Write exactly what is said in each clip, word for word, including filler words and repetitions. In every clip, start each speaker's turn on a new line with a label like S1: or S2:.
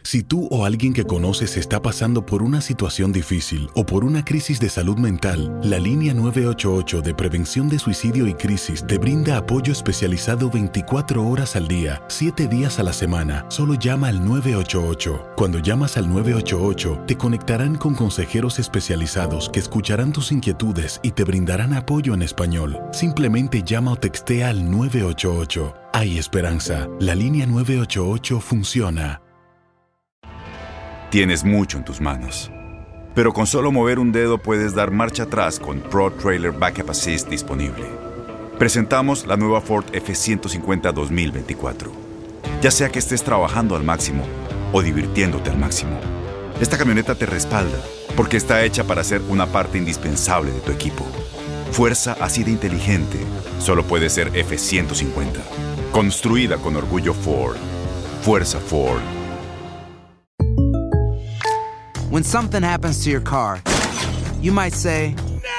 S1: Si tú o alguien que conoces está pasando por una situación difícil o por una crisis de salud mental, la línea nueve ocho ocho de prevención de suicidio y crisis te brinda apoyo especializado veinticuatro horas al día, siete días a la semana. Solo llama al nueve ocho ocho. Cuando llamas al nueve ocho ocho, te conectarán con consejeros especializados que escucharán tus inquietudes y te brindarán apoyo en español. Simplemente llama o textea al nueve ocho ocho. Hay esperanza. La línea nueve ocho ocho funciona.
S2: Tienes mucho en tus manos, pero con solo mover un dedo puedes dar marcha atrás con Pro Trailer Backup Assist disponible. Presentamos la nueva Ford F ciento cincuenta dos mil veinticuatro. Ya sea que estés trabajando al máximo o divirtiéndote al máximo, esta camioneta te respalda porque está hecha para ser una parte indispensable de tu equipo. Fuerza así de inteligente solo puede ser F ciento cincuenta. Construida con orgullo Ford. Fuerza Ford.
S3: When something happens to your car, you might say,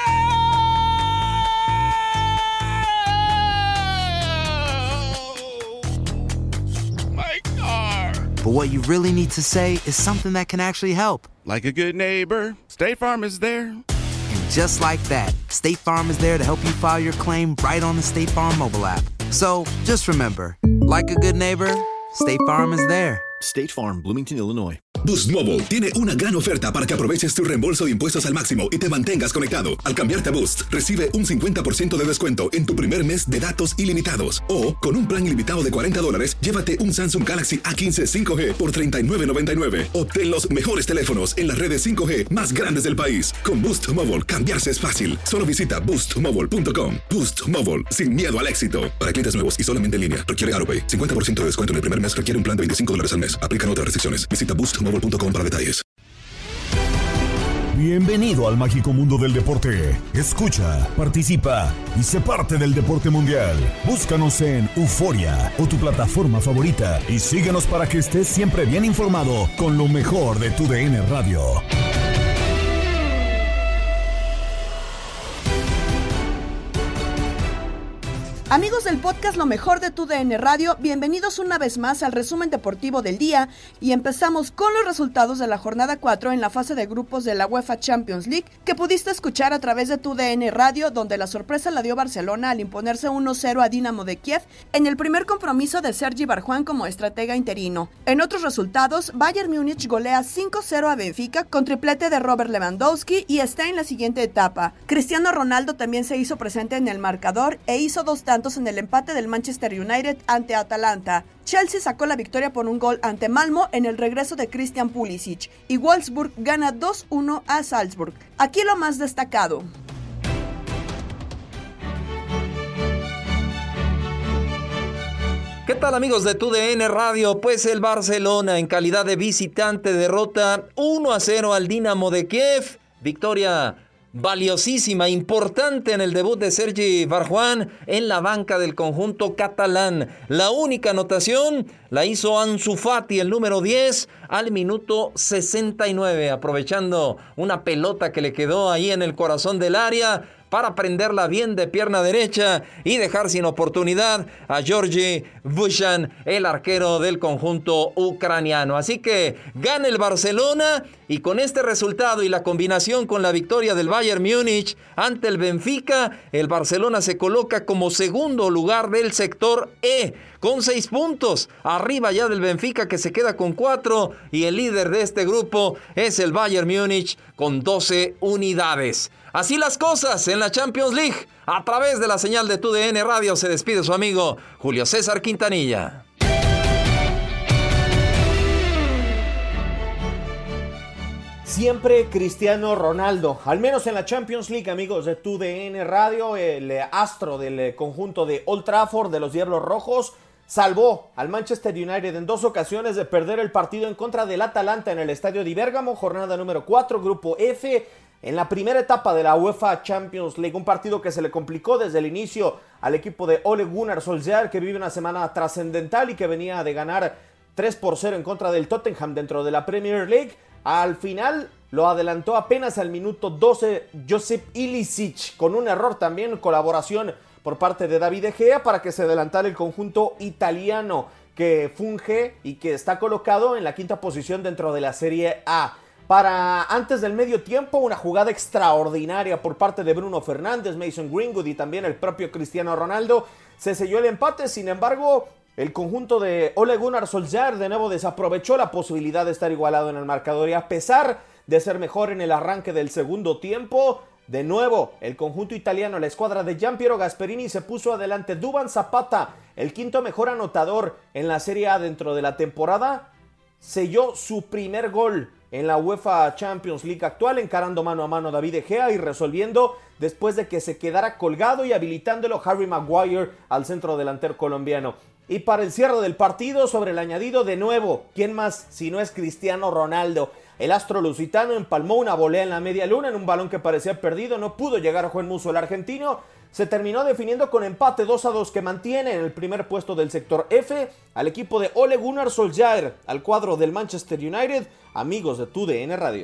S4: "No! My car!"
S3: But what you really need to say is something that can actually help.
S4: Like a good neighbor, State Farm is there.
S3: And just like that, State Farm is there to help you file your claim right on the State Farm mobile app. So just remember, like a good neighbor, State Farm is there.
S5: State Farm, Bloomington, Illinois.
S6: Boost Mobile tiene una gran oferta para que aproveches tu reembolso de impuestos al máximo y te mantengas conectado. Al cambiarte a Boost, recibe un cincuenta por ciento de descuento en tu primer mes de datos ilimitados. O, con un plan ilimitado de cuarenta dólares, llévate un Samsung Galaxy A quince cinco G por treinta y nueve noventa y nueve. Obtén los mejores teléfonos en las redes cinco G más grandes del país. Con Boost Mobile, cambiarse es fácil. Solo visita boost mobile punto com. Boost Mobile, sin miedo al éxito. Para clientes nuevos y solamente en línea, requiere AutoPay. cincuenta por ciento de descuento en el primer mes requiere un plan de veinticinco dólares al mes. Aplican otras restricciones. Visita boost mobile punto com para detalles.
S7: Bienvenido al mágico mundo del deporte. Escucha, participa y sé parte del deporte mundial. Búscanos en Euforia o tu plataforma favorita y síguenos para que estés siempre bien informado con lo mejor de tu D N Radio.
S8: Amigos del podcast Lo Mejor de Tu D N Radio, bienvenidos una vez más al resumen deportivo del día y empezamos con los resultados de la jornada cuatro en la fase de grupos de la UEFA Champions League que pudiste escuchar a través de Tu D N Radio, donde la sorpresa la dio Barcelona al imponerse uno cero a Dinamo de Kiev en el primer compromiso de Sergi Barjuan como estratega interino. En otros resultados, Bayern Múnich golea cinco cero a Benfica con triplete de Robert Lewandowski y está en la siguiente etapa. Cristiano Ronaldo también se hizo presente en el marcador e hizo dos tantos en el empate del Manchester United ante Atalanta. Chelsea sacó la victoria por un gol ante Malmo en el regreso de Christian Pulisic y Wolfsburg gana dos uno a Salzburg. Aquí lo más destacado.
S9: ¿Qué tal, amigos de Tu D N Radio? Pues el Barcelona en calidad de visitante derrota uno a cero al Dinamo de Kiev. Victoria valiosísima, importante en el debut de Sergi Barjuan en la banca del conjunto catalán. La única anotación la hizo Ansu Fati, el número diez, al minuto sesenta y nueve, aprovechando una pelota que le quedó ahí en el corazón del área para prenderla bien de pierna derecha y dejar sin oportunidad a Georgi Bushan, el arquero del conjunto ucraniano. Así que gana el Barcelona y con este resultado y la combinación con la victoria del Bayern Múnich ante el Benfica, el Barcelona se coloca como segundo lugar del sector E con seis puntos, arriba ya del Benfica que se queda con cuatro y el líder de este grupo es el Bayern Múnich con doce unidades. Así las cosas en la Champions League. A través de la señal de Tu D N Radio se despide su amigo Julio César Quintanilla.
S10: Siempre Cristiano Ronaldo, al menos en la Champions League, amigos de Tu D N Radio, el astro del conjunto de Old Trafford de los Diablos Rojos salvó al Manchester United en dos ocasiones de perder el partido en contra del Atalanta en el estadio de Bérgamo, jornada número cuatro, grupo F, en la primera etapa de la UEFA Champions League, un partido que se le complicó desde el inicio al equipo de Ole Gunnar Solskjaer, que vive una semana trascendental y que venía de ganar tres por cero en contra del Tottenham dentro de la Premier League. Al final lo adelantó apenas al minuto doce Josip Ilicic, con un error también, colaboración por parte de David De Gea para que se adelantara el conjunto italiano, que que funge y que está colocado en la quinta posición dentro de la Serie A. Para antes del medio tiempo, una jugada extraordinaria por parte de Bruno Fernández, Mason Greenwood y también el propio Cristiano Ronaldo. Se selló el empate, sin embargo, el conjunto de Ole Gunnar Solskjaer de nuevo desaprovechó la posibilidad de estar igualado en el marcador y a pesar de ser mejor en el arranque del segundo tiempo, de nuevo el conjunto italiano, la escuadra de Gianpiero Gasperini se puso adelante. Duván Zapata, el quinto mejor anotador en la Serie A dentro de la temporada, selló su primer gol en la UEFA Champions League actual, encarando mano a mano a David De Gea y resolviendo después de que se quedara colgado y habilitándolo Harry Maguire al centro delantero colombiano. Y para el cierre del partido, sobre el añadido, de nuevo, ¿quién más si no es Cristiano Ronaldo? El astro lusitano empalmó una volea en la media luna en un balón que parecía perdido, no pudo llegar a Juan Musso, el argentino. Se terminó definiendo con empate dos a dos que mantiene en el primer puesto del sector F al equipo de Ole Gunnar Solskjaer, al cuadro del Manchester United. Amigos de Tu D N Radio.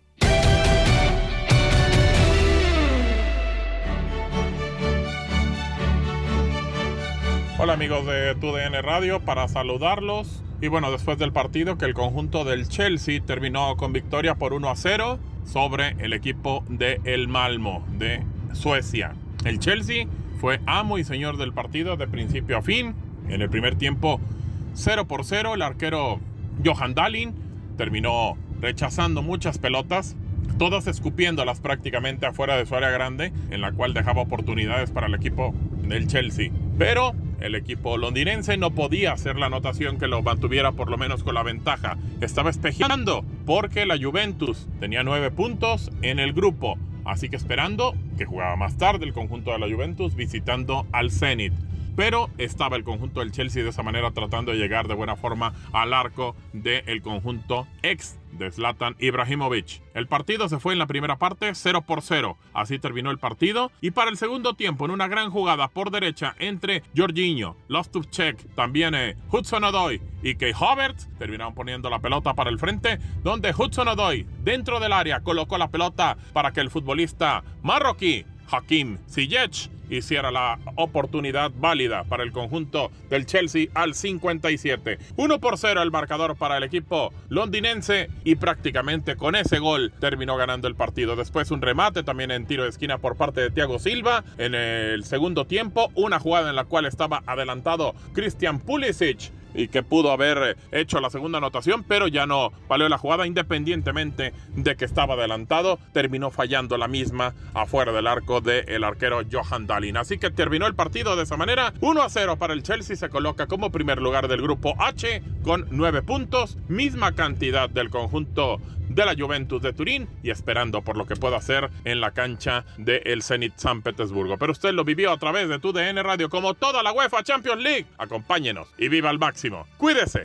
S11: Hola amigos de Tu D N Radio, para saludarlos. Y bueno, después del partido, que el conjunto del Chelsea terminó con victoria por uno a cero sobre el equipo de el Malmo de Suecia. El Chelsea fue amo y señor del partido de principio a fin. En el primer tiempo, cero por cero. El arquero Johan Dahlin terminó rechazando muchas pelotas, todas escupiéndolas prácticamente afuera de su área grande, en la cual dejaba oportunidades para el equipo del Chelsea. Pero el equipo londinense no podía hacer la anotación que lo mantuviera por lo menos con la ventaja. Estaba espejeando porque la Juventus tenía nueve puntos en el grupo. Así que esperando, que jugaba más tarde el conjunto de la Juventus visitando al Zenit. Pero estaba el conjunto del Chelsea de esa manera tratando de llegar de buena forma al arco del conjunto ex de Zlatan Ibrahimovic. El partido se fue en la primera parte cero por cero. Así terminó el partido. Y para el segundo tiempo, en una gran jugada por derecha entre Jorginho, Loftus-Cheek, también eh, Hudson-Odoi y Kai Havertz, terminaron poniendo la pelota para el frente, donde Hudson-Odoi dentro del área colocó la pelota para que el futbolista marroquí Hakim Ziyech hiciera la oportunidad válida para el conjunto del Chelsea al cincuenta y siete. uno por cero el marcador para el equipo londinense y prácticamente con ese gol terminó ganando el partido. Después un remate también en tiro de esquina por parte de Thiago Silva en el segundo tiempo, una jugada en la cual estaba adelantado Christian Pulisic y que pudo haber hecho la segunda anotación, pero ya no valió la jugada, independientemente de que estaba adelantado, terminó fallando la misma afuera del arco del arquero Johan Dahlin. Así que terminó el partido de esa manera, uno a cero para el Chelsea, se coloca como primer lugar del grupo H con nueve puntos, misma cantidad del conjunto de la Juventus de Turín y esperando por lo que pueda hacer en la cancha del Zenit San Petersburgo. Pero usted lo vivió a través de Tu D N Radio como toda la UEFA Champions League. Acompáñenos y viva al máximo. Cuídese.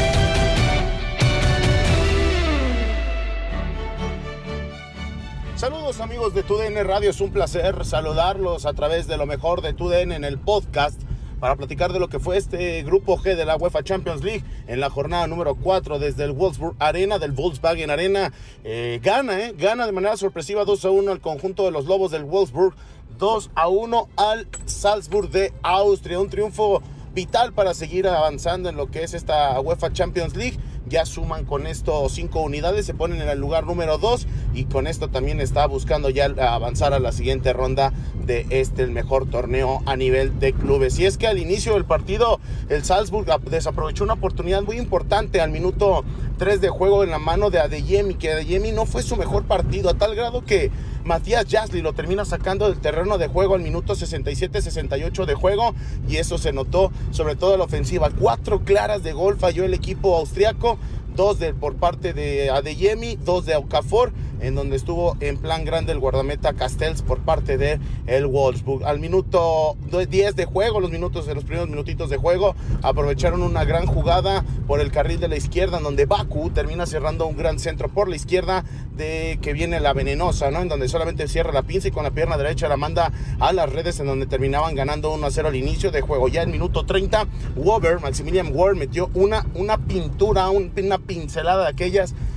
S12: Saludos amigos de Tu D N Radio, es un placer saludarlos a través de lo mejor de Tu D N en el podcast para platicar de lo que fue este grupo G de la UEFA Champions League en la jornada número cuatro desde el Wolfsburg Arena, del Volkswagen Arena. Eh, gana, eh, gana de manera sorpresiva dos a uno al conjunto de los Lobos del Wolfsburg, dos a uno al Salzburg de Austria. Un triunfo vital para seguir avanzando en lo que es esta UEFA Champions League. Ya suman con esto cinco unidades, se ponen en el lugar número dos y con esto también está buscando ya avanzar a la siguiente ronda de este, el mejor torneo a nivel de clubes. Y es que al inicio del partido el Salzburg desaprovechó una oportunidad muy importante al minuto tres de juego en la mano de Adeyemi, que Adeyemi no fue su mejor partido, a tal grado que Matías Jasli lo termina sacando del terreno de juego al minuto sesenta y siete sesenta y ocho de juego, y eso se notó sobre todo en la ofensiva. Cuatro claras de gol falló el equipo austriaco, dos de, por parte de Adeyemi, dos de Okafor, en donde estuvo en plan grande el guardameta Castells por parte de el Wolfsburg. Al minuto diez de juego, los minutos de los primeros minutitos de juego, aprovecharon una gran jugada por el carril de la izquierda, en donde Baku termina cerrando un gran centro por la izquierda de que viene la venenosa, ¿no? En donde solamente cierra la pinza y con la pierna derecha la manda a las redes, en donde terminaban ganando uno a cero al inicio de juego. Ya en minuto treinta, Weber, Maximilian Weber metió una, una pintura, un, una pincelada de aquellas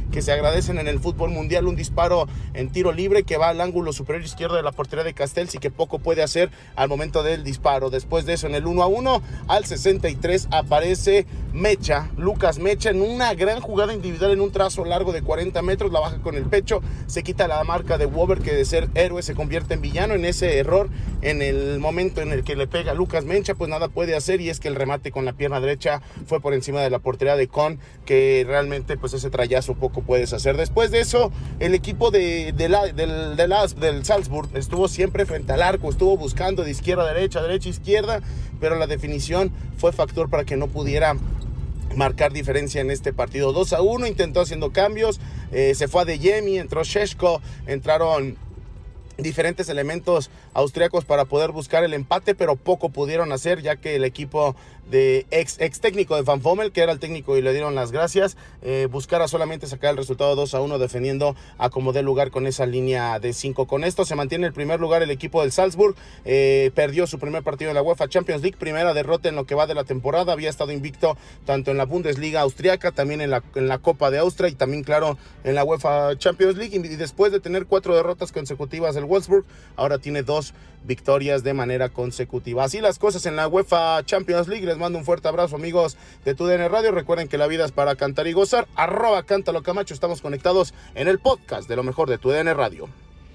S12: que se agradecen en el fútbol mundial, un disparo en tiro libre que va al ángulo superior izquierdo de la portería de Castells y que poco puede hacer al momento del disparo. Después de eso, en el uno a uno, al sesenta y tres aparece Mecha, Lucas Mecha, en una gran jugada individual en un trazo largo de cuarenta metros, la baja con el pecho, se quita la marca de Wober, que de ser héroe se convierte en villano. En ese error, en el momento en el que le pega a Lucas Mecha, pues nada puede hacer, y es que el remate con la pierna derecha fue por encima de la portería de Con, que realmente pues ese trayazo poco puedes hacer. Después de eso, el equipo de, de la, del, de la, del Salzburg estuvo siempre frente al arco, estuvo buscando de izquierda a derecha, derecha a izquierda, pero la definición fue factor para que no pudiera marcar diferencia en este partido. Dos a uno, intentó haciendo cambios, eh, se fue a De Jemi, entró Šeško, entraron diferentes elementos austriacos para poder buscar el empate, pero poco pudieron hacer, ya que el equipo de ex, ex técnico de Van Bommel, que era el técnico y le dieron las gracias, eh, buscara solamente sacar el resultado dos a uno, defendiendo a como dé lugar con esa línea de cinco. Con esto se mantiene en el primer lugar el equipo del Salzburg, eh, perdió su primer partido en la UEFA Champions League, primera derrota en lo que va de la temporada, había estado invicto tanto en la Bundesliga austriaca, también en la, en la Copa de Austria y también, claro, en la UEFA Champions League, y después de tener cuatro derrotas consecutivas el Wolfsburg, ahora tiene dos victorias de manera consecutiva. Así las cosas en la UEFA Champions League. Les mando un fuerte abrazo, amigos de Tu D N Radio. Recuerden que la vida es para cantar y gozar. Arroba Cántalo Camacho. Estamos conectados en el podcast de lo mejor de Tu D N Radio.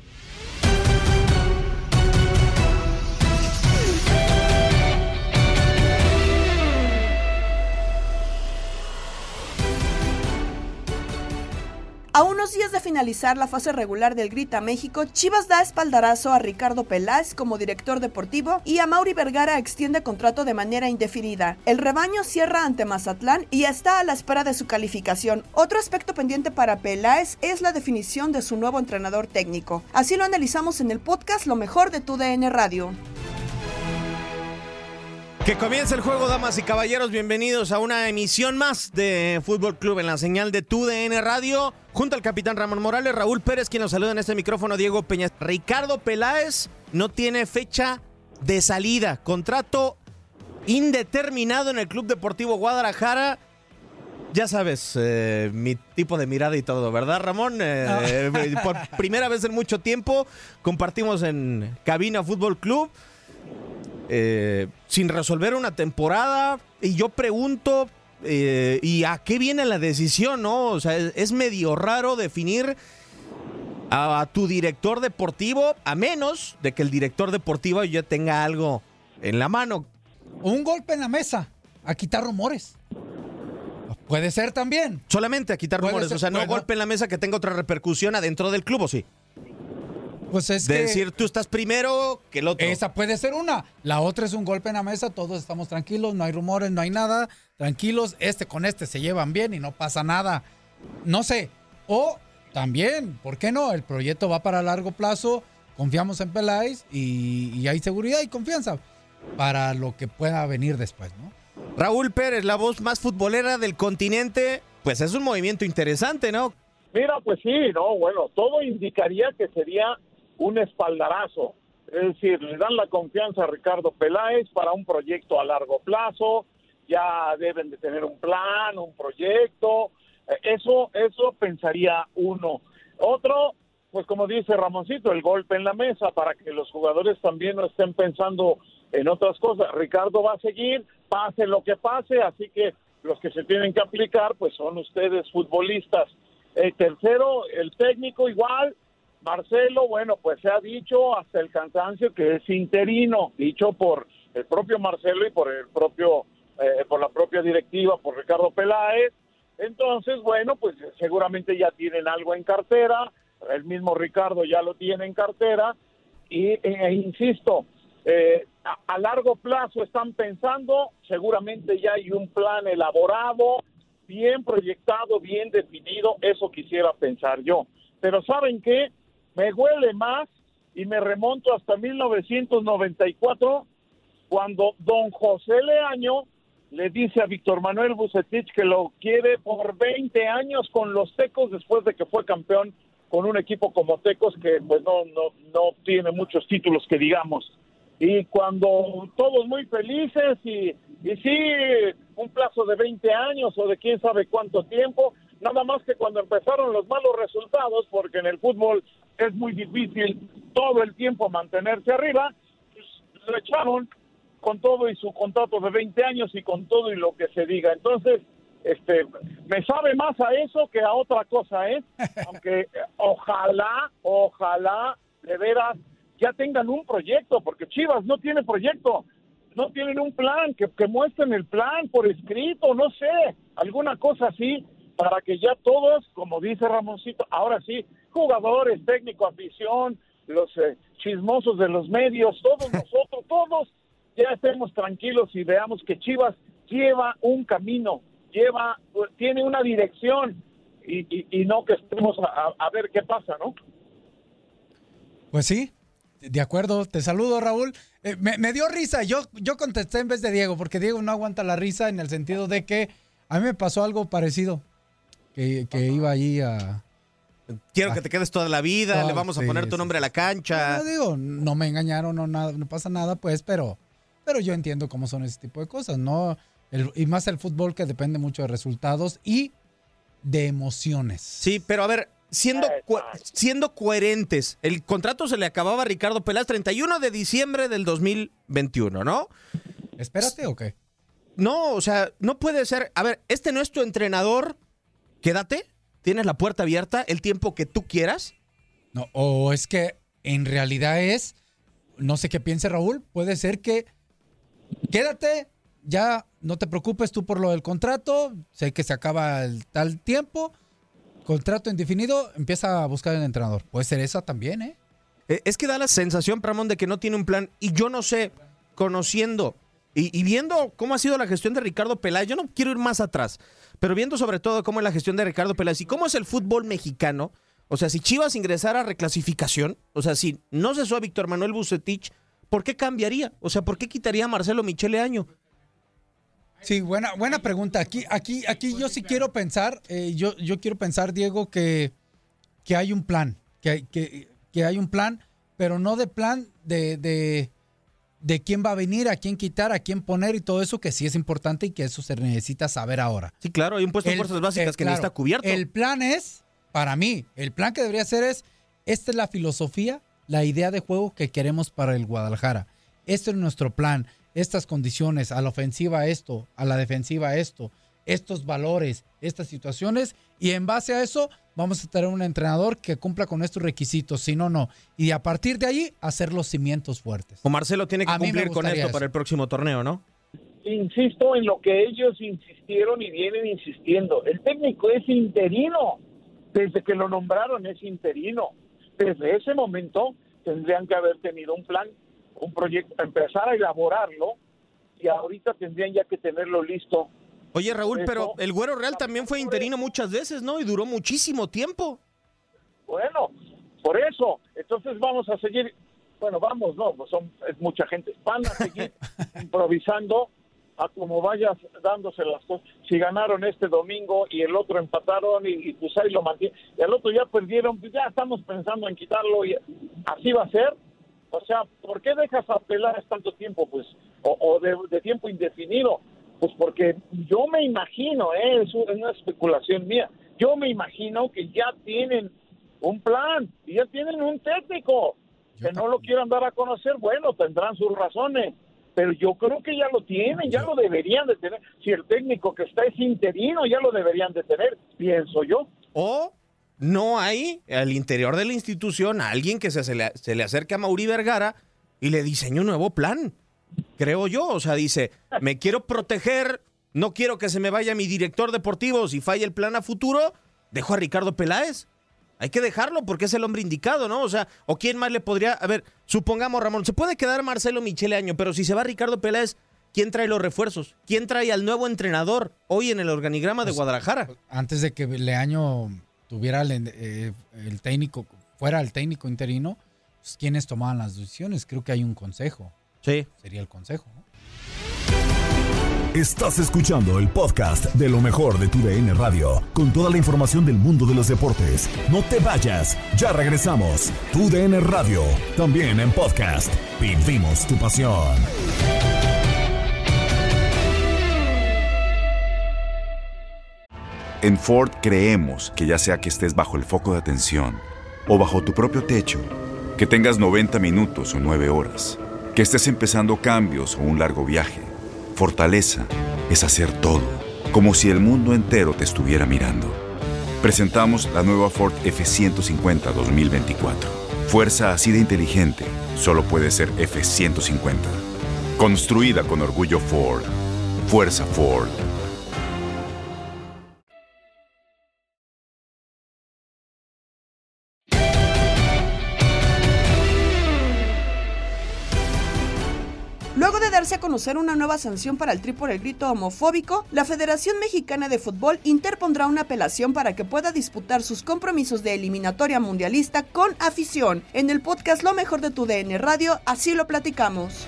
S8: A unos días de finalizar la fase regular del Grita México, Chivas da espaldarazo a Ricardo Peláez como director deportivo y a Mauri Vergara extiende contrato de manera indefinida. El rebaño cierra ante Mazatlán y está a la espera de su calificación. Otro aspecto pendiente para Peláez es la definición de su nuevo entrenador técnico. Así lo analizamos en el podcast Lo Mejor de Tu D N Radio.
S10: Que comience el juego, damas y caballeros. Bienvenidos a una emisión más de Fútbol Club en la señal de Tu D N Radio. Junto al capitán Ramón Morales, Raúl Pérez, quien nos saluda en este micrófono, Diego Peña. Ricardo Peláez no tiene fecha de salida. Contrato indeterminado en el Club Deportivo Guadalajara. Ya sabes, eh, mi tipo de mirada y todo, ¿verdad, Ramón? Eh, no. Por primera vez en mucho tiempo compartimos en Cabina Fútbol Club. Eh, sin resolver una temporada, y yo pregunto, eh, ¿y a qué viene la decisión, no? O sea, es, es medio raro definir a, a tu director deportivo, a menos de que el director deportivo ya tenga algo en la mano.
S13: Un golpe en la mesa, a quitar rumores. Puede ser también.
S10: Solamente a quitar rumores, ser, o sea, no bueno. golpe en la mesa que tenga otra repercusión adentro del club, ¿o sí?
S13: Pues es
S10: de
S13: que
S10: decir, tú estás primero que el otro.
S13: Esa puede ser una. La otra es un golpe en la mesa, todos estamos tranquilos, no hay rumores, no hay nada, tranquilos, este con este se llevan bien y no pasa nada. No sé. O también, ¿por qué no? El proyecto va para largo plazo, confiamos en Peláez y, y hay seguridad y confianza para lo que pueda venir después, ¿no?
S10: Raúl Pérez, la voz más futbolera del continente, pues es un movimiento interesante, ¿no?
S14: Mira, pues sí, no, bueno, todo indicaría que sería un espaldarazo, es decir, le dan la confianza a Ricardo Peláez para un proyecto a largo plazo, ya deben de tener un plan, un proyecto, eso, eso pensaría uno. Otro, pues como dice Ramoncito, el golpe en la mesa para que los jugadores también no estén pensando en otras cosas. Ricardo va a seguir, pase lo que pase, así que los que se tienen que aplicar pues son ustedes futbolistas. El tercero, el técnico igual, Marcelo, bueno, pues se ha dicho hasta el cansancio que es interino, dicho por el propio Marcelo y por el propio, eh, por la propia directiva, por Ricardo Peláez. Entonces, bueno, pues seguramente ya tienen algo en cartera, el mismo Ricardo ya lo tiene en cartera, y e, insisto, eh, a, a largo plazo están pensando, seguramente ya hay un plan elaborado, bien proyectado, bien definido, eso quisiera pensar yo. Pero ¿saben qué? Me huele más y me remonto hasta mil novecientos noventa y cuatro, cuando don José Leaño le dice a Víctor Manuel Vucetich que lo quiere por veinte años con los Tecos, después de que fue campeón con un equipo como Tecos que pues no, no, no tiene muchos títulos que digamos. Y cuando todos muy felices y, y sí, un plazo de veinte años o de quién sabe cuánto tiempo, nada más que cuando empezaron los malos resultados, porque en el fútbol es muy difícil todo el tiempo mantenerse arriba, pues lo echaron con todo y su contrato de veinte años y con todo y lo que se diga. Entonces, este, me sabe más a eso que a otra cosa, ¿eh? Aunque eh, ojalá, ojalá, de veras, ya tengan un proyecto, porque Chivas no tiene proyecto, no tienen un plan, que, que muestren el plan por escrito, no sé, alguna cosa así, para que ya todos, como dice Ramoncito, ahora sí, jugadores, técnico, afición, los eh, chismosos de los medios, todos nosotros, todos, ya estemos tranquilos y veamos que Chivas lleva un camino, lleva, tiene una dirección y, y, y no que estemos a, a ver qué pasa, ¿no?
S13: Pues sí, de acuerdo. Te saludo, Raúl. Eh, me, me dio risa. Yo, yo contesté en vez de Diego, porque Diego no aguanta la risa en el sentido de que a mí me pasó algo parecido, que, que iba allí a...
S10: Quiero que te quedes toda la vida,
S13: Toda-
S10: le vamos a
S13: sí,
S10: poner tu
S13: sí,
S10: nombre a la cancha.
S13: No, digo, no me engañaron, no, nada, no pasa nada, pues, pero, pero yo entiendo cómo son ese tipo de cosas, ¿no? El- y más el fútbol, que depende mucho de resultados y de emociones.
S10: Sí, pero a ver, siendo, co- siendo coherentes, el contrato se le acababa a Ricardo Peláez treinta y uno de diciembre del dos mil veintiuno, ¿no?
S13: ¿Espérate o qué?
S10: No, o sea, no puede ser. A ver, este no es tu entrenador, quédate, tienes la puerta abierta el tiempo que tú quieras.
S13: No, o es que en realidad es, no sé qué piense Raúl, puede ser que quédate, ya no te preocupes tú por lo del contrato, sé que se acaba el tal tiempo, contrato indefinido, empieza a buscar el entrenador. Puede ser esa también, ¿eh?
S10: Eh, Es que da la sensación, Ramón, de que no tiene un plan. Y yo no sé, conociendo y, y viendo cómo ha sido la gestión de Ricardo Peláez, yo no quiero ir más atrás, pero viendo sobre todo cómo es la gestión de Ricardo Peláez y cómo es el fútbol mexicano, o sea, si Chivas ingresara a reclasificación, o sea, si no cesó a Víctor Manuel Bucetich, ¿por qué cambiaría? O sea, ¿por qué quitaría a Marcelo Michele Año?
S13: Sí, buena, buena pregunta. Aquí, aquí, aquí yo sí quiero pensar, eh, yo, yo quiero pensar, Diego, que, que hay un plan, que hay, que, que hay un plan, pero no de plan de, de, de quién va a venir, a quién quitar, a quién poner y todo eso, que sí es importante y que eso se necesita saber ahora.
S10: Sí, claro, hay un puesto de fuerzas básicas que
S13: claro,
S10: necesita cubierto.
S13: El plan es, para mí, el plan que debería ser es, esta es la filosofía, la idea de juego que queremos para el Guadalajara. Este es nuestro plan, estas condiciones, a la ofensiva esto, a la defensiva esto, estos valores, estas situaciones, y en base a eso vamos a tener un entrenador que cumpla con estos requisitos, si no, no. Y a partir de ahí, hacer los cimientos fuertes.
S10: O Marcelo tiene que
S13: A mí me
S10: cumplir con
S13: gustaría
S10: esto
S13: eso.
S10: para el próximo torneo, ¿no?
S14: Insisto en lo que ellos insistieron y vienen insistiendo. El técnico es interino. Desde que lo nombraron es interino. Desde ese momento tendrían que haber tenido un plan, un proyecto, empezar a elaborarlo y ahorita tendrían ya que tenerlo listo.
S10: Oye, Raúl,
S14: Eso-
S10: pero el Güero Real también fue interino muchas veces, ¿no? Y duró muchísimo tiempo.
S14: Bueno, por eso, entonces vamos a seguir, bueno, vamos, no, pues son, es mucha gente, van a seguir improvisando a como vayas dándose las cosas. Si ganaron este domingo y el otro empataron y, y pues ahí lo mantienen, y el otro ya perdieron, pues ya estamos pensando en quitarlo y así va a ser. O sea, ¿por qué dejas a Peláez tanto tiempo, pues, o, o de, de tiempo indefinido? Pues porque yo me imagino, ¿eh? es una especulación mía, yo me imagino que ya tienen un plan y ya tienen un técnico, que no lo quieran dar a conocer, bueno, tendrán sus razones, pero yo creo que ya lo tienen, ya lo deberían de tener. Si el técnico que está es interino, ya lo deberían de tener, pienso yo.
S10: O no hay al interior de la institución a alguien que se, se, le, se le acerque a Mauri Vergara y le diseñe un nuevo plan, creo yo. O sea, dice, me quiero proteger, no quiero que se me vaya mi director deportivo si falla el plan a futuro, dejo a Ricardo Peláez. Hay que dejarlo porque es el hombre indicado, ¿no? O sea, ¿o quién más le podría...? A ver, supongamos, Ramón, se puede quedar Marcelo Michele Año, pero si se va Ricardo Peláez, ¿quién trae los refuerzos? ¿Quién trae al nuevo entrenador hoy en el organigrama de
S13: Pues,
S10: Guadalajara?
S13: Antes de que Leaño tuviera el, eh, el técnico, fuera el técnico interino, pues, ¿quiénes tomaban las decisiones? Creo que hay un consejo.
S10: Sí.
S13: Sería el consejo, ¿no?
S7: Estás escuchando el podcast de lo mejor de tu D N Radio, con toda la información del mundo de los deportes. No te vayas, ya regresamos. Tu D N Radio, también en podcast. Vivimos tu pasión.
S2: En Ford creemos que ya sea que estés bajo el foco de atención o bajo tu propio techo, que tengas noventa minutos o nueve horas, que estés empezando cambios o un largo viaje, fortaleza es hacer todo, como si el mundo entero te estuviera mirando. Presentamos la nueva Ford F ciento cincuenta dos mil veinticuatro. Fuerza así de inteligente solo puede ser F ciento cincuenta. Construida con orgullo Ford. Fuerza Ford.
S8: Luego de darse a conocer una nueva sanción para el tri por el grito homofóbico, la Federación Mexicana de Fútbol interpondrá una apelación para que pueda disputar sus compromisos de eliminatoria mundialista con afición. En el podcast Lo Mejor de tu D N Radio, así lo platicamos.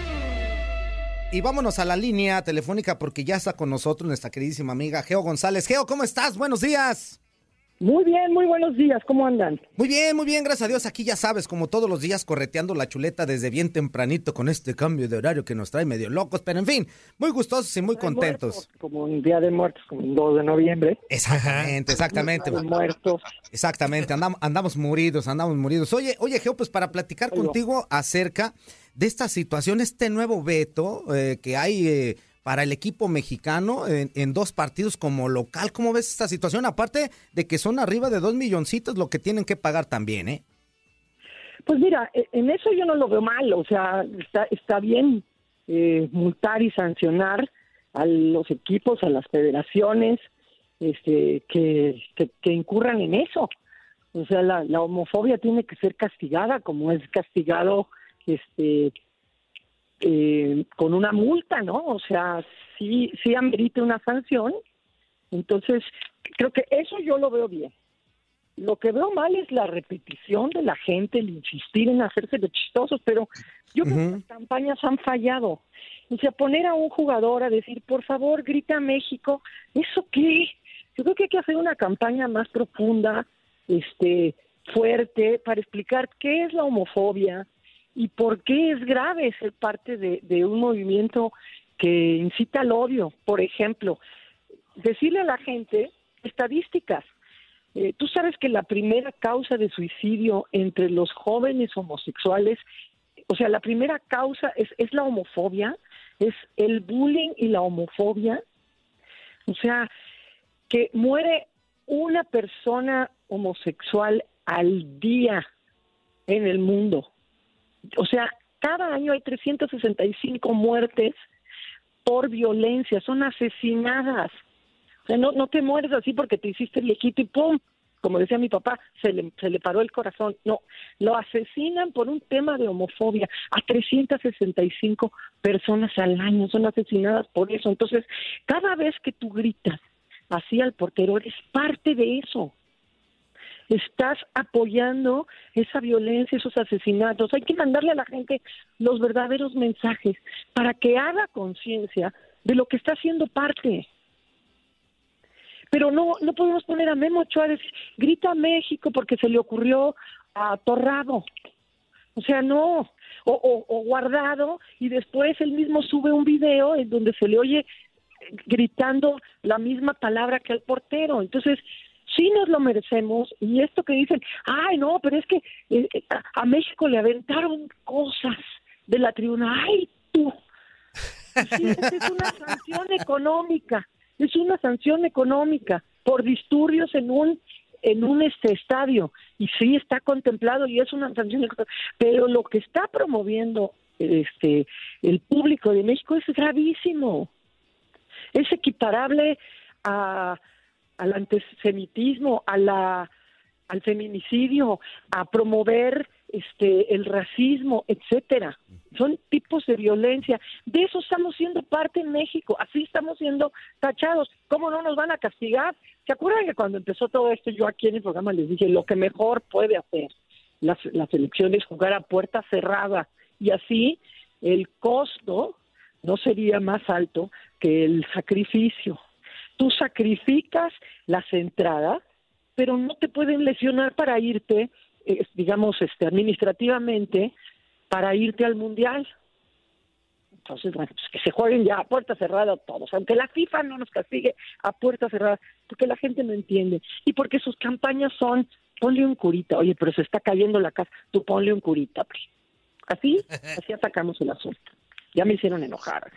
S15: Y vámonos a la línea telefónica porque ya está con nosotros nuestra queridísima amiga Geo González. Geo, ¿cómo estás? Buenos días.
S16: Muy bien, muy buenos días, ¿cómo andan?
S15: Muy bien, muy bien, gracias a Dios. Aquí ya sabes, como todos los días, correteando la chuleta desde bien tempranito con este cambio de horario que nos trae medio locos, pero en fin, muy gustosos y muy contentos.
S16: Muertos, como un Día de Muertos, como un dos de noviembre.
S15: Exactamente, exactamente.
S16: Día de Muertos.
S15: Exactamente, andamos, andamos muridos, andamos muridos. Oye, oye, Geo, pues para platicar Oigo. contigo acerca de esta situación, este nuevo veto eh, que hay... Eh, para el equipo mexicano en, en dos partidos como local. ¿Cómo ves esta situación? Aparte de que son arriba de dos milloncitos lo que tienen que pagar también, ¿eh?
S16: Pues mira, en eso yo no lo veo mal. O sea, está, está bien eh, multar y sancionar a los equipos, a las federaciones este, que, que, que incurran en eso. O sea, la, la homofobia tiene que ser castigada como es castigado este Eh, con una multa, ¿no? O sea, sí, sí amerita una sanción. Entonces, creo que eso yo lo veo bien. Lo que veo mal es la repetición de la gente, el insistir en hacerse de chistosos, pero yo creo uh-huh. que las campañas han fallado. O sea, poner a un jugador a decir, por favor, grita México, ¿eso qué? Yo creo que hay que hacer una campaña más profunda, este, fuerte, para explicar qué es la homofobia, y por qué es grave ser parte de, de un movimiento que incita al odio. Por ejemplo, decirle a la gente estadísticas. Eh, tú sabes que la primera causa de suicidio entre los jóvenes homosexuales, o sea, la primera causa es, es la homofobia, es el bullying y la homofobia. O sea, que muere una persona homosexual al día en el mundo. O sea, cada año hay trescientas sesenta y cinco muertes por violencia, son asesinadas. O sea, no, no te mueres así porque te hiciste viejito y ¡pum! Como decía mi papá, se le, se le paró el corazón. No, lo asesinan por un tema de homofobia. A trescientas sesenta y cinco personas al año son asesinadas por eso. Entonces, cada vez que tú gritas así al portero, eres parte de eso. Estás apoyando esa violencia, esos asesinatos. Hay que mandarle a la gente los verdaderos mensajes para que haga conciencia de lo que está haciendo parte. Pero no no podemos poner a Memo Ochoa a decir, grita México porque se le ocurrió a Torrado. O sea, no. O, o, o Guardado, y después él mismo sube un video en donde se le oye gritando la misma palabra que al portero. Entonces, sí nos lo merecemos, y esto que dicen, ay no, pero es que eh, a, a México le aventaron cosas de la tribuna, ay tú, sí, es una sanción económica, es una sanción económica por disturbios en un en un este estadio, y sí está contemplado y es una sanción económica, pero lo que está promoviendo este el público de México es gravísimo, es equiparable a al antisemitismo, a la, al feminicidio, a promover este el racismo, etcétera. Son tipos de violencia. De eso estamos siendo parte en México, así estamos siendo tachados. ¿Cómo no nos van a castigar? ¿Se acuerdan que cuando empezó todo esto, yo aquí en el programa les dije, lo que mejor puede hacer la, la selección es jugar a puerta cerrada, y así el costo no sería más alto que el sacrificio. Tú sacrificas las entradas, pero no te pueden lesionar para irte, eh, digamos, este, administrativamente, para irte al Mundial. Entonces, bueno, pues que se jueguen ya a puerta cerrada todos, aunque la FIFA no nos castigue a puerta cerrada, porque la gente no entiende y porque sus campañas son, ponle un curita, oye, pero se está cayendo la casa, tú ponle un curita, pues. Así, así atacamos el asunto. Ya me hicieron enojar.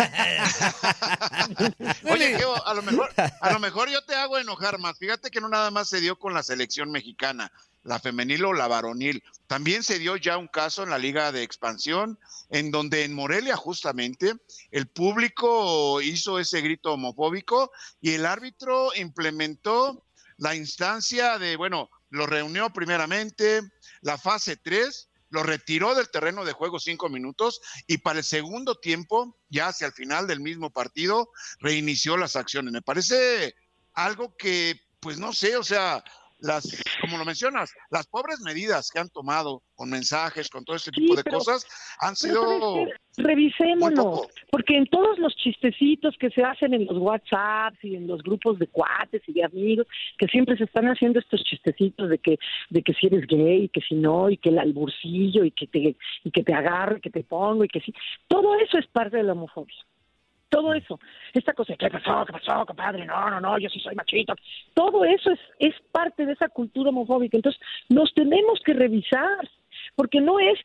S17: Oye, Geo, a lo mejor, a lo mejor yo te hago enojar más. Fíjate que no nada más se dio con la selección mexicana, la femenil o la varonil. También se dio ya un caso en la Liga de Expansión, en donde en Morelia justamente el público hizo ese grito homofóbico y el árbitro implementó la instancia de, bueno, lo reunió primeramente, la fase tres, lo retiró del terreno de juego cinco minutos y para el segundo tiempo, ya hacia el final del mismo partido, reinició las acciones. Me parece algo que, pues no sé, o sea, las, como lo mencionas, las pobres medidas que han tomado con mensajes, con todo este tipo
S16: Sí,
S17: de
S16: pero-
S17: cosas, han
S16: Pero
S17: sido...
S16: ¿sabes qué? Revisémonos,
S17: muy poco.
S16: porque en todos los chistecitos que se hacen en los WhatsApps y en los grupos de cuates y de amigos, que siempre se están haciendo estos chistecitos de que de que si eres gay y que si no, y que el alburcillo y que te y que te agarro y que te pongo y que sí, todo eso es parte de la homofobia. Todo eso, esta cosa, ¿qué pasó? ¿Qué pasó, compadre? No, no, no, yo sí soy machito. Todo eso es, es parte de esa cultura homofóbica. Entonces, nos tenemos que revisar, porque no es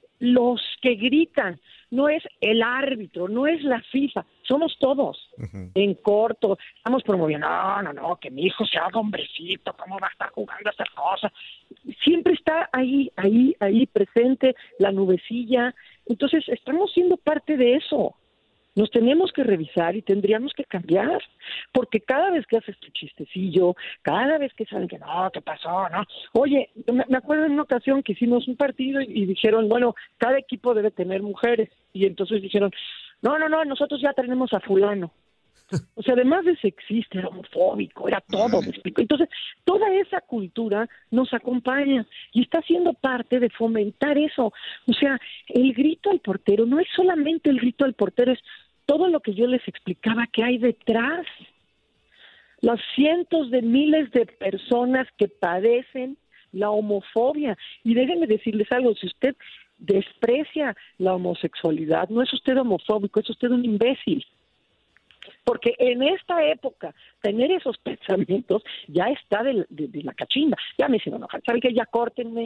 S16: los que gritan, no es el árbitro, no es la FIFA, somos todos. En corto, estamos promoviendo, no, no, no, que mi hijo se haga hombrecito, ¿cómo va a estar jugando a esas cosas? Siempre está ahí, ahí, ahí presente la nubecilla. Entonces, estamos siendo parte de eso. Nos tenemos que revisar y tendríamos que cambiar, porque cada vez que haces tu chistecillo, cada vez que saben que no, ¿qué pasó? No, oye, me me acuerdo en una ocasión que hicimos un partido y, y dijeron, bueno, cada equipo debe tener mujeres, y entonces dijeron, no, no, no, nosotros ya tenemos a fulano. O sea, además de sexista, era homofóbico, era todo, ¿me explico? Entonces, toda esa cultura nos acompaña y está siendo parte de fomentar eso. O sea, el grito al portero no es solamente el grito al portero, es todo lo que yo les explicaba que hay detrás. Los cientos de miles de personas que padecen la homofobia. Y déjenme decirles algo, si usted desprecia la homosexualidad, no es usted homofóbico, es usted un imbécil. Porque en esta época, tener esos pensamientos ya está de, de, de la cachimba. Ya me hicieron enojar. ¿Saben qué? Ya córtenme.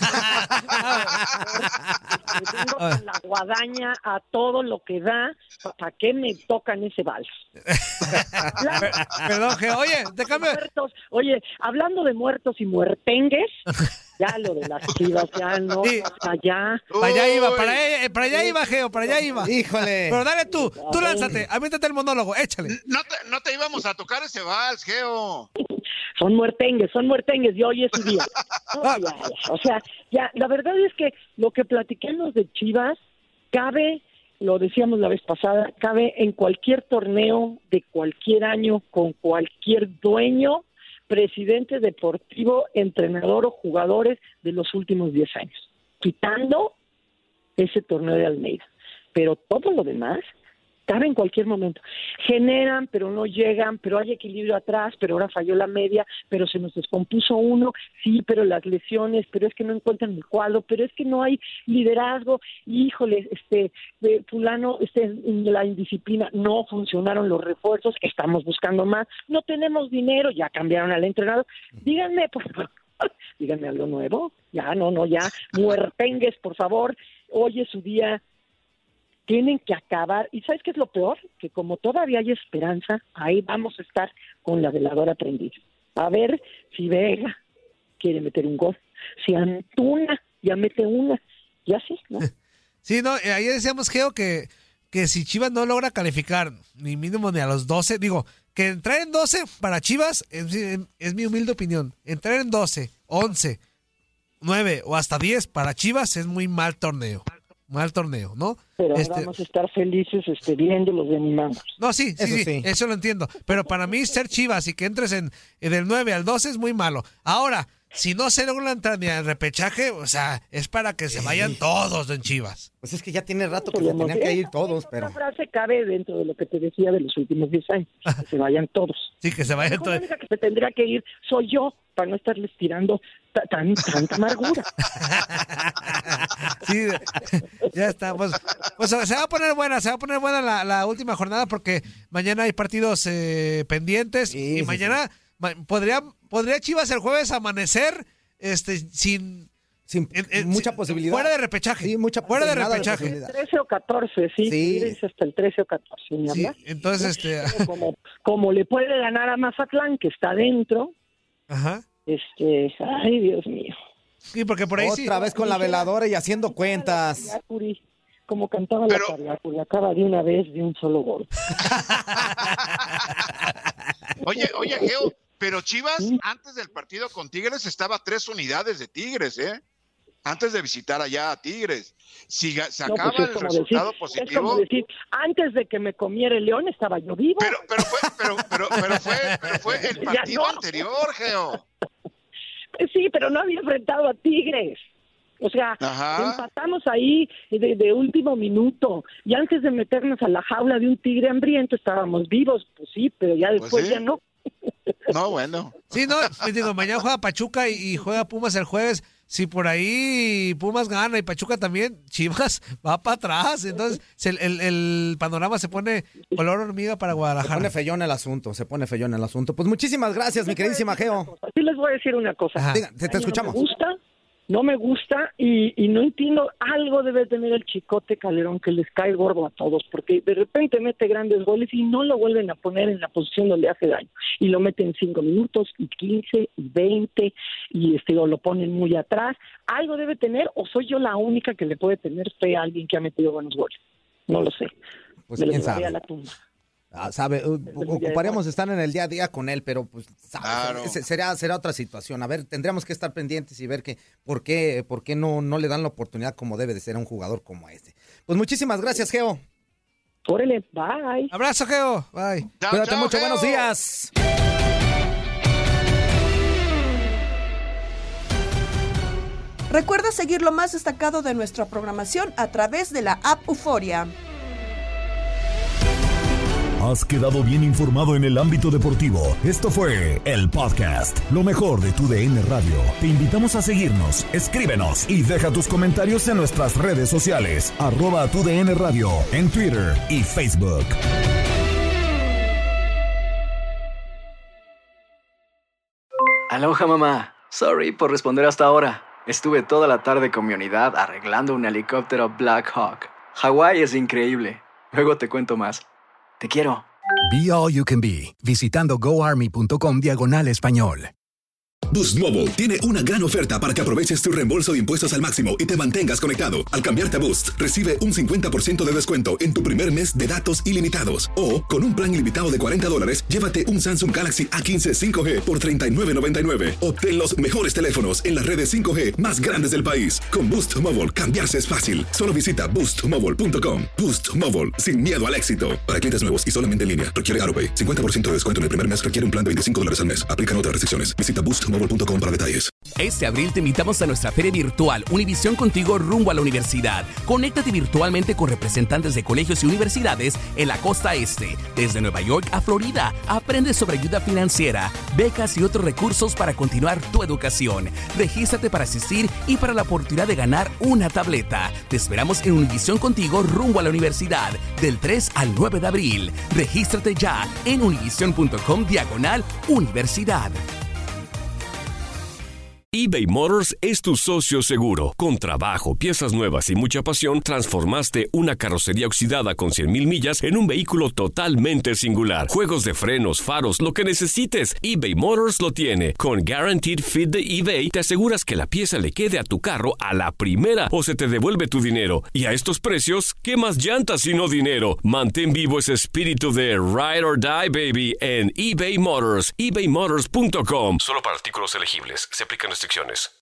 S16: Me tengo con la guadaña a todo lo que da. ¿Para qué me tocan ese vals?
S18: Perdón, Geo. Oye, te cambio.
S16: Muertos. Oye, hablando de muertos y muertengues, ya lo de las Chivas, ya no,
S18: Sí.
S16: hasta allá.
S18: Para allá iba, para allá, para allá iba, Geo, para allá iba.
S15: Híjole.
S18: Pero dale tú, tú lánzate, aviéntate el monólogo, échale.
S17: No te, no te íbamos a tocar ese vals, Geo.
S16: Son muertengues, son muertengues, y hoy es su día. No, ya, ya, o sea, ya, la verdad es que lo que platicamos de Chivas cabe, lo decíamos la vez pasada, cabe en cualquier torneo de cualquier año, con cualquier dueño, presidente deportivo, entrenador o jugadores de los últimos diez años, quitando ese torneo de Almeida. Pero todo lo demás cabe en cualquier momento. Generan, pero no llegan, pero hay equilibrio atrás, pero ahora falló la media, pero se nos descompuso uno, sí, pero las lesiones, pero es que no encuentran el cuadro, pero es que no hay liderazgo, híjole, este, de fulano, este, en la indisciplina, no funcionaron los refuerzos, estamos buscando más, no tenemos dinero, ya cambiaron al entrenador, díganme, por favor, díganme algo nuevo, ya, no, no, ya, muertengues, por favor, hoy es su día. Tienen que acabar, y ¿sabes qué es lo peor? Que como todavía hay esperanza, ahí vamos a estar con la veladora prendida. A ver si Vega quiere meter un gol, si Antuna ya mete una, y así, ¿no?
S18: Sí, no, eh, ayer decíamos, Geo, que, que si Chivas no logra calificar ni mínimo ni a los doce, digo, que entrar en doce para Chivas es, es mi humilde opinión. Entrar en doce, once, nueve o hasta diez para Chivas es muy mal torneo. Mal torneo, ¿no?
S16: Pero
S18: Este-
S16: vamos a estar felices este, viéndolos de animamos.
S18: No, sí, sí,
S16: Eso
S18: sí,
S16: sí.
S18: eso lo entiendo. Pero para mí ser Chivas y que entres en, en del nueve al doce es muy malo. Ahora, si no se logra entrar ni al repechaje, o sea, es para que se vayan todos en Chivas.
S15: Pues es que ya tiene rato que se tenían que ir todos, pero...
S16: Esa frase cabe dentro de lo que te decía de los últimos diez años, que se vayan todos.
S18: Sí, que se vayan todos.
S16: La única que se tendría que ir soy yo, para no estarles tirando ta- tan, tanta amargura.
S18: Sí, ya está. Pues, pues se va a poner buena, se va a poner buena la, la última jornada porque mañana hay partidos eh, pendientes
S15: Sí,
S18: y
S15: sí,
S18: mañana
S15: sí.
S18: ma- podría podría Chivas el jueves amanecer este sin
S15: Sin
S18: en- en-
S15: mucha
S18: sin-
S15: posibilidad.
S18: fuera de repechaje.
S15: Sí, mucha
S18: fuera de
S15: nada de
S18: repechaje.
S15: posibilidad.
S16: trece o catorce, sí,
S15: Sí.
S16: Tigres hasta el trece o catorce, ni
S18: Sí,
S16: hablar.
S18: entonces este
S16: Como, como le puede ganar a Mazatlán, que está dentro,
S18: ajá.
S16: este, ay, Dios mío.
S18: Sí, porque por ahí sí.
S15: Otra vez con la veladora y haciendo cuentas.
S16: Cariacuri, como cantaba
S17: Pero-
S16: la Cariacuri, acaba de una vez de un solo gol.
S17: Oye, oye, Geo, pero Chivas antes del partido con Tigres estaba a tres unidades de Tigres, ¿eh? Antes de visitar allá a Tigres. Si ga-
S16: No,
S17: sacaba
S16: pues es
S17: el
S16: como
S17: resultado
S16: decir, Es
S17: positivo,
S16: como decir, antes de que me comiera el león estaba yo vivo.
S17: pero, pero fue, pero, pero, pero fue, pero fue el
S16: Ya
S17: partido
S16: no.
S17: anterior, Geo.
S16: Sí, pero no había enfrentado a Tigres. O sea,
S17: Ajá.
S16: empatamos ahí de, de último minuto. Y antes de meternos a la jaula de un tigre hambriento estábamos vivos. Pues sí, pero ya después
S17: sí.
S16: ya no.
S17: No, bueno.
S18: Sí, no, pues digo, mañana juega Pachuca y, y juega Pumas el jueves. Si por ahí Pumas gana y Pachuca también, Chivas va para atrás. Entonces el, el, el panorama se pone color hormiga para
S15: Se
S18: Guadalajara.
S15: pone feyón el asunto, se pone feyón el asunto. Pues muchísimas gracias, mi queridísima Geo.
S16: Sí les voy a decir una cosa.
S18: Ajá.
S15: Diga, te, te
S16: Ay,
S15: escuchamos.
S16: No me gusta, no me gusta y, y no entiendo, algo debe tener el Chicote Calderón que les cae gordo a todos, porque de repente mete grandes goles y no lo vuelven a poner en la posición donde hace daño. Y lo meten cinco minutos y quince y veinte y este, o lo ponen muy atrás. Algo debe tener, o soy yo la única que le puede tener fe a alguien que ha metido buenos goles. No lo sé.
S15: Pues
S16: Me lo
S15: quién
S16: llevaré
S15: sabe.
S16: a la tumba.
S15: Ah, sabe, uh, ocuparíamos estar en el día a día con él, pero pues sabe,
S17: Claro.
S15: se- será, será otra situación. A ver, tendríamos que estar pendientes y ver que por qué, por qué no, no le dan la oportunidad como debe de ser a un jugador como este. Pues muchísimas gracias, Geo.
S16: Órale, bye.
S18: Abrazo, Geo. Bye.
S17: Chao,
S15: Cuídate
S17: chao,
S15: mucho,
S17: Geo.
S15: buenos días.
S8: Recuerda seguir lo más destacado de nuestra programación a través de la app Euforia.
S7: Has quedado bien informado en el ámbito deportivo. Esto fue el podcast, lo mejor de tu D N Radio. Te invitamos a seguirnos, escríbenos y deja tus comentarios en nuestras redes sociales, arroba tu D N Radio, en Twitter y Facebook.
S19: Aloha, mamá. Sorry por responder hasta ahora. Estuve toda la tarde con mi unidad arreglando un helicóptero Black Hawk. Hawái es increíble. Luego te cuento más. Te quiero.
S20: Be All You Can Be, visitando goarmy.com diagonal español.
S6: Boost Mobile tiene una gran oferta para que aproveches tu reembolso de impuestos al máximo y te mantengas conectado. Al cambiarte a Boost, recibe un cincuenta por ciento de descuento en tu primer mes de datos ilimitados. O, con un plan ilimitado de cuarenta dólares, llévate un Samsung Galaxy A quince cinco G por treinta y nueve noventa y nueve. Obtén los mejores teléfonos en las redes cinco G más grandes del país. Con Boost Mobile, cambiarse es fácil. Solo visita boost mobile punto com. Boost Mobile, sin miedo al éxito. Para clientes nuevos y solamente en línea, requiere AutoPay. cincuenta por ciento de descuento en el primer mes requiere un plan de veinticinco dólares al mes. Aplican otras restricciones. Visita boost mobile punto com para detalles.
S21: Este abril te invitamos a nuestra feria virtual Univisión Contigo rumbo a la universidad. Conéctate virtualmente con representantes de colegios y universidades en la costa este. Desde Nueva York a Florida, aprende sobre ayuda financiera, becas y otros recursos para continuar tu educación. Regístrate para asistir y para la oportunidad de ganar una tableta. Te esperamos en Univisión Contigo rumbo a la universidad del tres al nueve de abril. Regístrate ya en univision.com diagonal universidad.
S22: eBay Motors es tu socio seguro. Con trabajo, piezas nuevas y mucha pasión, transformaste una carrocería oxidada con cien mil millas en un vehículo totalmente singular. Juegos de frenos, faros, lo que necesites, eBay Motors lo tiene. Con Guaranteed Fit de eBay, te aseguras que la pieza le quede a tu carro a la primera o se te devuelve tu dinero. Y a estos precios, ¿qué más llantas sino dinero? Mantén vivo ese espíritu de Ride or Die, baby, en eBay Motors. ebay motors punto com. Solo para artículos elegibles. Se aplican restricciones.